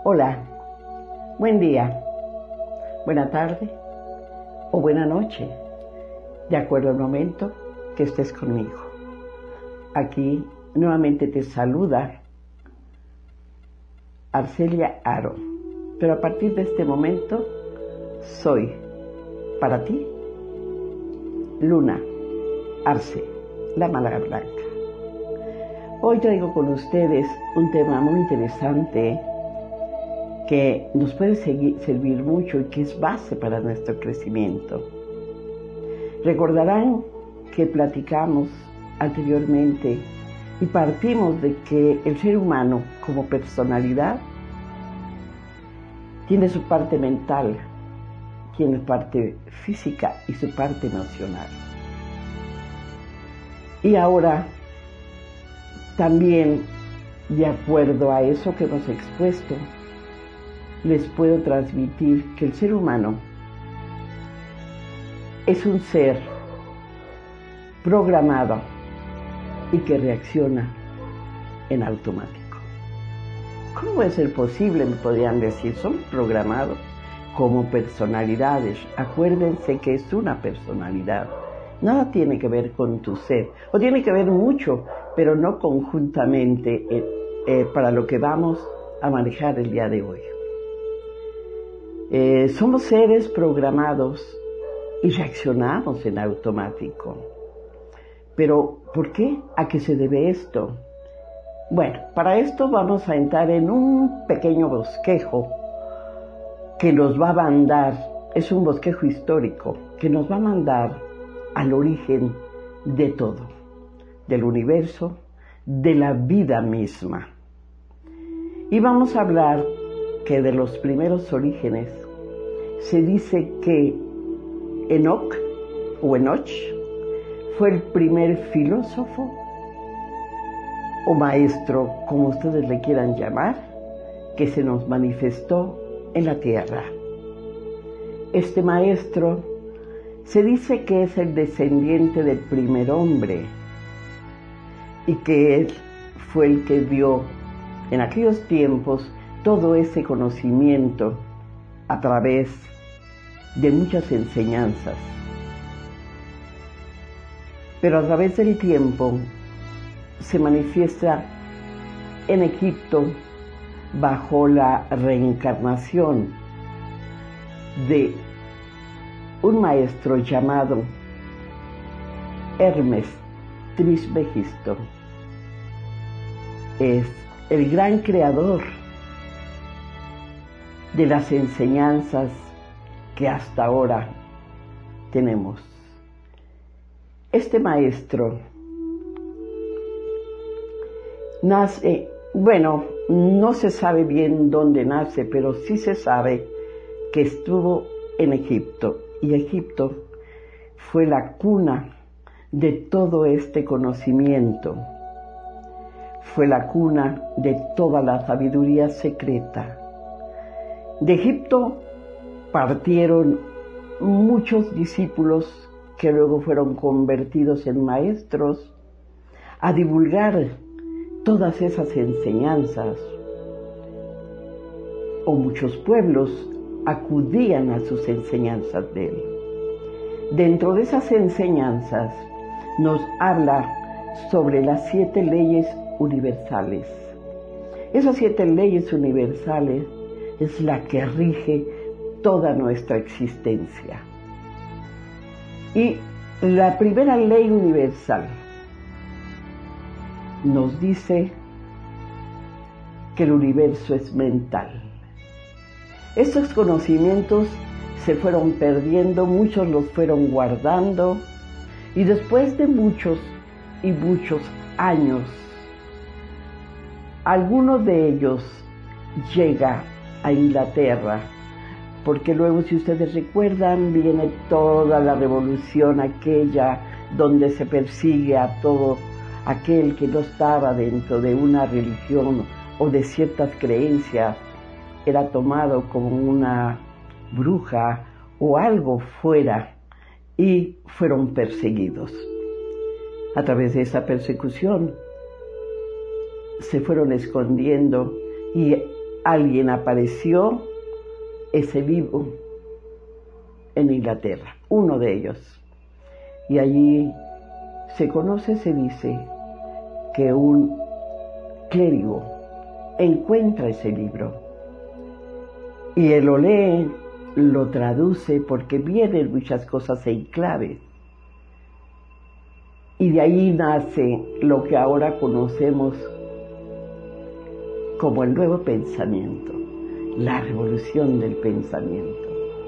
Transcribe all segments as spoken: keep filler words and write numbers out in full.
Hola, buen día, buena tarde o buena noche, de acuerdo al momento que estés conmigo. Aquí nuevamente te saluda Arcelia Aro, pero a partir de este momento soy para ti Luna Arce, la Málaga Blanca. Hoy traigo con ustedes un tema muy interesante que nos puede seguir, servir mucho y que es base para nuestro crecimiento. Recordarán que platicamos anteriormente y partimos de que el ser humano como personalidad tiene su parte mental, tiene parte física y su parte emocional. Y ahora también, de acuerdo a eso que hemos expuesto, les puedo transmitir que el ser humano es un ser programado y que reacciona en automático. ¿Cómo puede ser posible? Me podrían decir, son programados como personalidades. Acuérdense que es una personalidad. Nada tiene que ver con tu ser, o tiene que ver mucho, pero no conjuntamente eh, eh, para lo que vamos a manejar el día de hoy. Eh, somos seres programados y reaccionamos en automático. Pero, ¿por qué? ¿A qué se debe esto? Bueno, para esto vamos a entrar en un pequeño bosquejo que nos va a mandar, es un bosquejo histórico, que nos va a mandar al origen de todo, del universo, de la vida misma. Y vamos a hablar que de los primeros orígenes se dice que Enoch o Enoch fue el primer filósofo o maestro, como ustedes le quieran llamar, que se nos manifestó en la tierra. Este maestro se dice que es el descendiente del primer hombre y que él fue el que dio en aquellos tiempos todo ese conocimiento a través de muchas enseñanzas. Pero a través del tiempo se manifiesta en Egipto bajo la reencarnación de un maestro llamado Hermes Trismegisto. Es el gran creador de las enseñanzas que hasta ahora tenemos. Este maestro nace, bueno, no se sabe bien dónde nace, pero sí se sabe que estuvo en Egipto, y Egipto fue la cuna de todo este conocimiento, fue la cuna de toda la sabiduría secreta. De Egipto partieron muchos discípulos que luego fueron convertidos en maestros a divulgar todas esas enseñanzas, o muchos pueblos acudían a sus enseñanzas de él. Dentro de esas enseñanzas nos habla sobre las siete leyes universales. Esas siete leyes universales es la que rige toda nuestra existencia. Y la primera ley universal nos dice que el universo es mental. Estos conocimientos se fueron perdiendo, muchos los fueron guardando, y después de muchos y muchos años, alguno de ellos llega a Inglaterra, porque luego, si ustedes recuerdan, viene toda la revolución aquella donde se persigue a todo aquel que no estaba dentro de una religión o de ciertas creencias, era tomado como una bruja o algo fuera, y fueron perseguidos. A través de esa persecución se fueron escondiendo y alguien apareció ese libro en Inglaterra, uno de ellos. Y allí se conoce, se dice, que un clérigo encuentra ese libro y él lo lee, lo traduce porque vienen muchas cosas en clave. Y de ahí nace lo que ahora conocemos como el nuevo pensamiento, la revolución del pensamiento.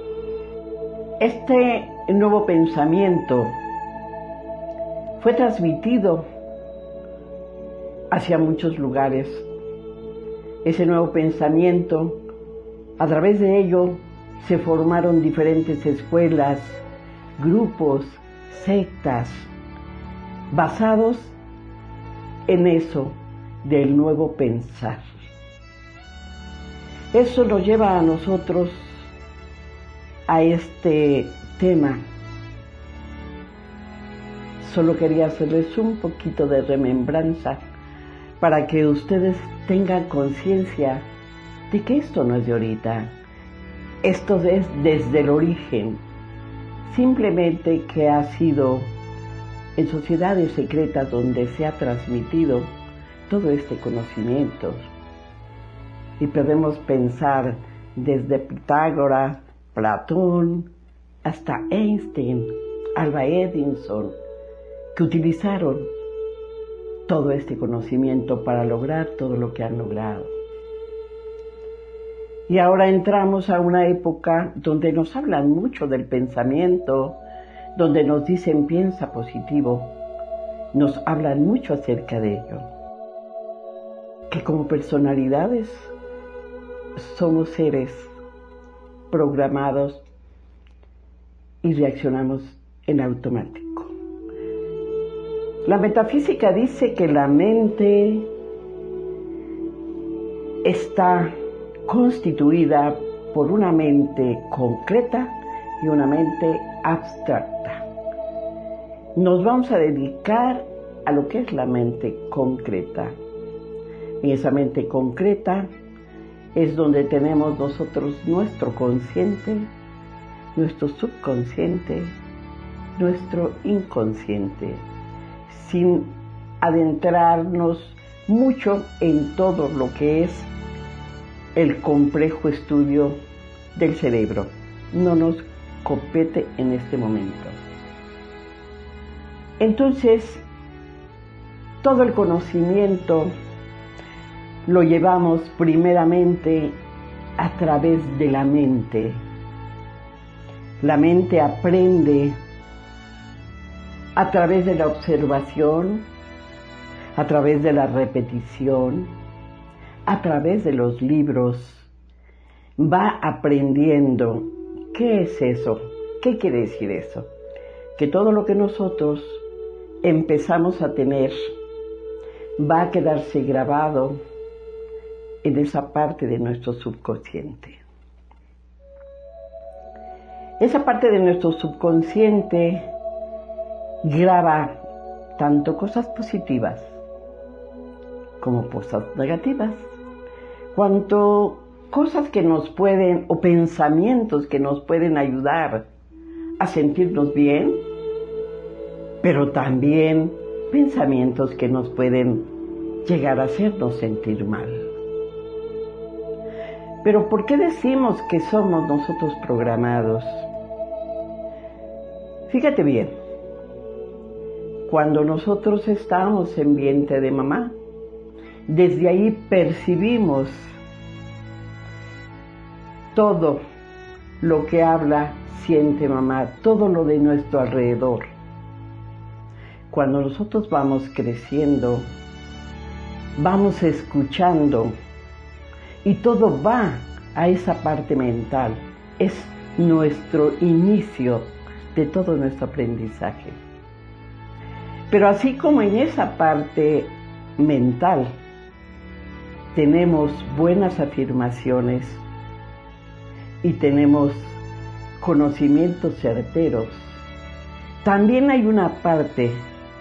Este nuevo pensamiento fue transmitido hacia muchos lugares. Ese nuevo pensamiento, a través de ello, se formaron diferentes escuelas, grupos, sectas, basados en eso del nuevo pensar. Eso nos lleva a nosotros a este tema. Solo quería hacerles un poquito de remembranza para que ustedes tengan conciencia de que esto no es de ahorita. Esto es desde el origen, simplemente que ha sido en sociedades secretas donde se ha transmitido todo este conocimiento. Y podemos pensar desde Pitágoras, Platón, hasta Einstein, Alba Edison, que utilizaron todo este conocimiento para lograr todo lo que han logrado. Y ahora entramos a una época donde nos hablan mucho del pensamiento, donde nos dicen piensa positivo, nos hablan mucho acerca de ello. Que como personalidades somos seres programados y reaccionamos en automático. La metafísica dice que la mente está constituida por una mente concreta y una mente abstracta. Nos vamos a dedicar a lo que es la mente concreta. En esa mente concreta es donde tenemos nosotros nuestro consciente, nuestro subconsciente, nuestro inconsciente, sin adentrarnos mucho en todo lo que es el complejo estudio del cerebro. No nos compete en este momento. Entonces, todo el conocimiento lo llevamos primeramente a través de la mente. La mente aprende a través de la observación, a través de la repetición, a través de los libros. Va aprendiendo. ¿Qué es eso? ¿Qué quiere decir eso? Que todo lo que nosotros empezamos a tener va a quedarse grabado en esa parte de nuestro subconsciente. Esa parte de nuestro subconsciente graba tanto cosas positivas como cosas negativas, cuanto cosas que nos pueden, o pensamientos que nos pueden ayudar a sentirnos bien, pero también pensamientos que nos pueden llegar a hacernos sentir mal. Pero ¿por qué decimos que somos nosotros programados? Fíjate bien, cuando nosotros estamos en vientre de mamá, desde ahí percibimos todo lo que habla, siente mamá, todo lo de nuestro alrededor. Cuando nosotros vamos creciendo, vamos escuchando y todo va a esa parte mental. Es nuestro inicio de todo nuestro aprendizaje. Pero así como en esa parte mental tenemos buenas afirmaciones y tenemos conocimientos certeros, también hay una parte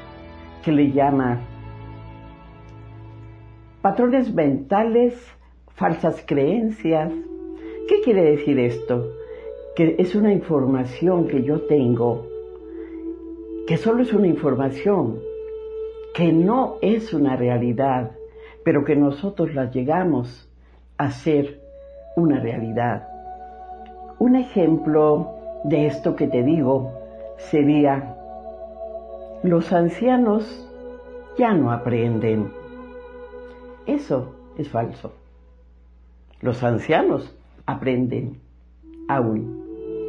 que le llama patrones mentales falsas creencias. ¿Qué quiere decir esto? Que es una información que yo tengo, que solo es una información, que no es una realidad, pero que nosotros la llegamos a hacer una realidad. Un ejemplo de esto que te digo sería: los ancianos ya no aprenden. Eso es falso. Los ancianos aprenden aún.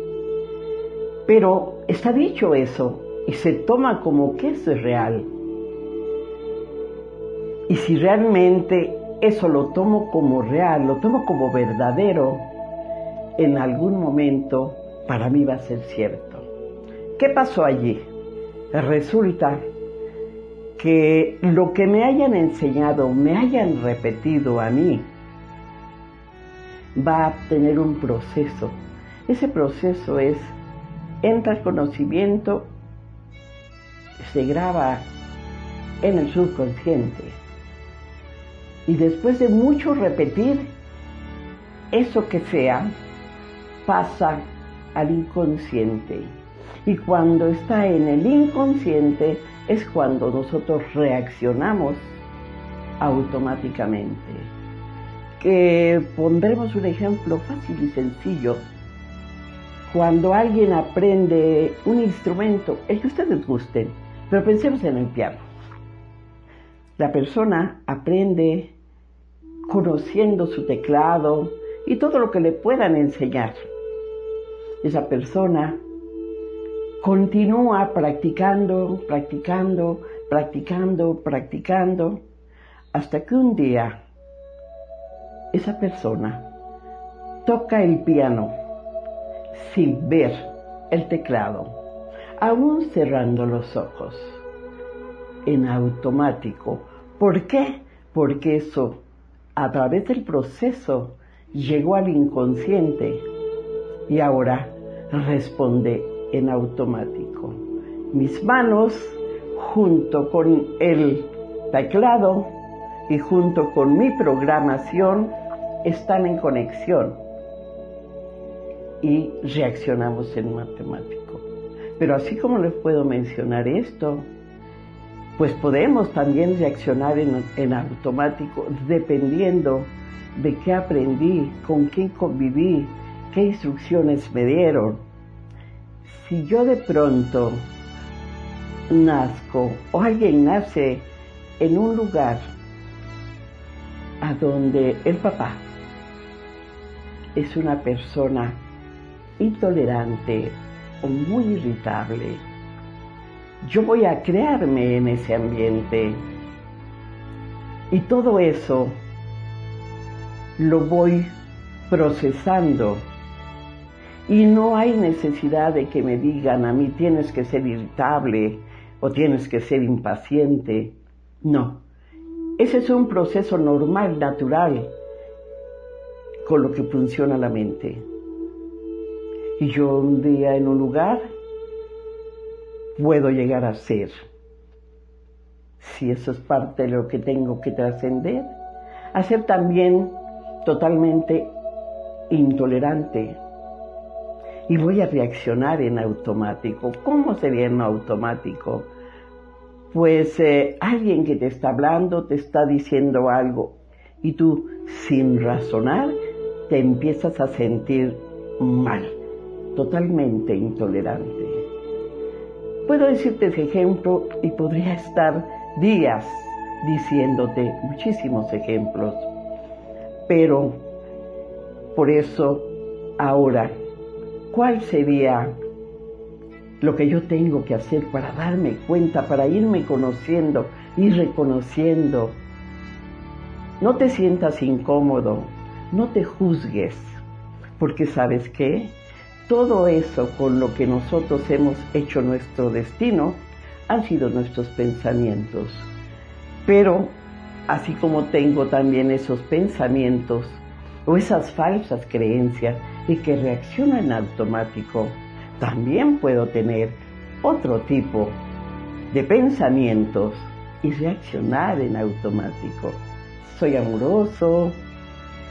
Pero está dicho eso y se toma como que eso es real. Y si realmente eso lo tomo como real, lo tomo como verdadero, en algún momento para mí va a ser cierto. ¿Qué pasó allí? Resulta que lo que me hayan enseñado, me hayan repetido a mí, va a tener un proceso. Ese proceso es, entra el conocimiento, se graba en el subconsciente. Y después de mucho repetir, eso que sea, pasa al inconsciente. Y cuando está en el inconsciente es cuando nosotros reaccionamos automáticamente. Que pondremos un ejemplo fácil y sencillo. Cuando alguien aprende un instrumento, el que ustedes gusten, pero pensemos en el piano. La persona aprende conociendo su teclado y todo lo que le puedan enseñar. Esa persona continúa practicando, practicando, practicando, practicando, hasta que un día esa persona toca el piano sin ver el teclado, aún cerrando los ojos, en automático. ¿Por qué? Porque eso, a través del proceso, llegó al inconsciente y ahora responde en automático. Mis manos, junto con el teclado y junto con mi programación, están en conexión y reaccionamos en matemático. Pero así como les puedo mencionar esto, pues podemos también reaccionar en, en automático dependiendo de qué aprendí, con quién conviví, qué instrucciones me dieron. Si yo de pronto nazco o alguien nace en un lugar a donde el papá es una persona intolerante o muy irritable, yo voy a crearme en ese ambiente y todo eso lo voy procesando y no hay necesidad de que me digan a mí tienes que ser irritable o tienes que ser impaciente. No, ese es un proceso normal, natural, con lo que funciona la mente. Y yo un día en un lugar puedo llegar a ser, si eso es parte de lo que tengo que trascender, a ser también totalmente intolerante. Y voy a reaccionar en automático. ¿Cómo sería en automático? Pues eh, alguien que te está hablando, te está diciendo algo, y tú, sin razonar, te empiezas a sentir mal, totalmente intolerante. Puedo decirte ese ejemplo y podría estar días diciéndote muchísimos ejemplos, pero por eso ahora, ¿cuál sería lo que yo tengo que hacer para darme cuenta, para irme conociendo y reconociendo? No te sientas incómodo, no te juzgues, porque ¿sabes qué? Todo eso con lo que nosotros hemos hecho nuestro destino han sido nuestros pensamientos. Pero así como tengo también esos pensamientos o esas falsas creencias y que reaccionan en automático, también puedo tener otro tipo de pensamientos y reaccionar en automático. Soy amoroso,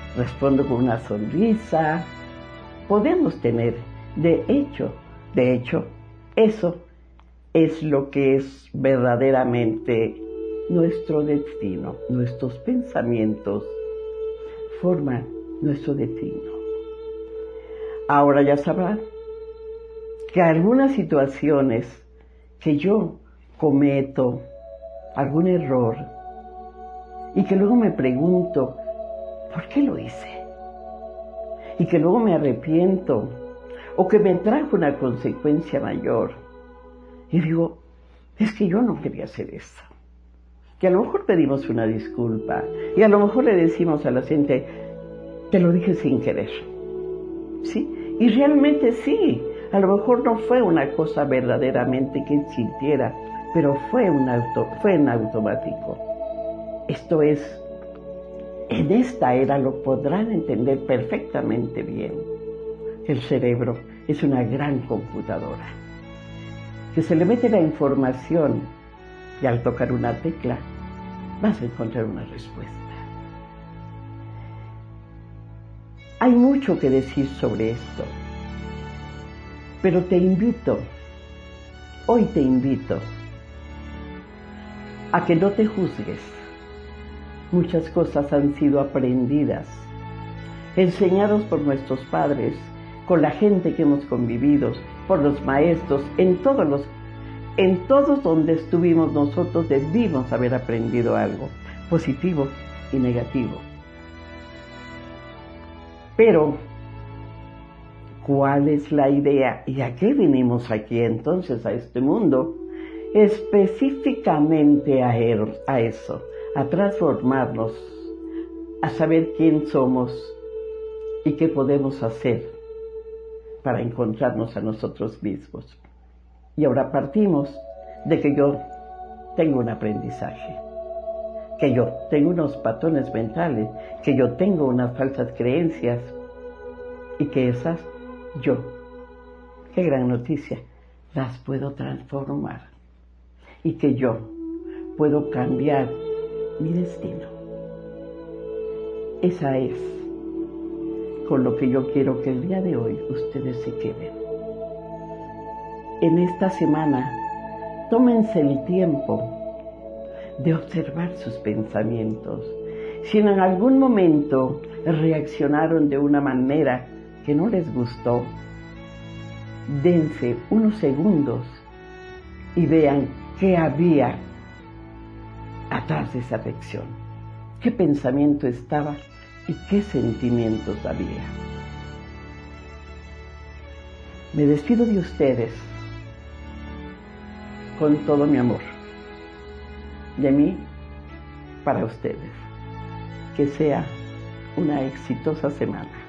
respondo con una sonrisa. Podemos tener, de hecho, de hecho, eso es lo que es verdaderamente nuestro destino. Nuestros pensamientos forman nuestro destino. Ahora ya sabrán que algunas situaciones que yo cometo, algún error, y que luego me pregunto, ¿por qué lo hice? Y que luego me arrepiento, o que me trajo una consecuencia mayor. Y digo, es que yo no quería hacer eso. Que a lo mejor pedimos una disculpa, y a lo mejor le decimos a la gente, te lo dije sin querer. ¿Sí? Y realmente sí, a lo mejor no fue una cosa verdaderamente que sintiera, pero fue, un auto, fue en automático. Esto es, en esta era lo podrán entender perfectamente bien. El cerebro es una gran computadora, que se le mete la información y al tocar una tecla vas a encontrar una respuesta. Hay mucho que decir sobre esto, pero te invito, hoy te invito, a que no te juzgues. Muchas cosas han sido aprendidas, enseñados por nuestros padres, con la gente que hemos convivido, por los maestros, en todos los, en todos donde estuvimos nosotros debimos haber aprendido algo, positivo y negativo. Pero, ¿cuál es la idea? ¿Y a qué vinimos aquí entonces a este mundo? Específicamente a, er, a eso, a transformarnos, a saber quién somos y qué podemos hacer para encontrarnos a nosotros mismos. Y ahora partimos de que yo tengo un aprendizaje, que yo tengo unos patrones mentales, que yo tengo unas falsas creencias y que esas yo, qué gran noticia, las puedo transformar y que yo puedo cambiar mi destino. Esa es con lo que yo quiero que el día de hoy ustedes se queden. En esta semana, tómense el tiempo de observar sus pensamientos. Si en algún momento reaccionaron de una manera que no les gustó, dense unos segundos y vean qué había atrás de esa reacción, qué pensamiento estaba y qué sentimientos había. Me despido de ustedes con todo mi amor, de mí para ustedes. Que sea una exitosa semana.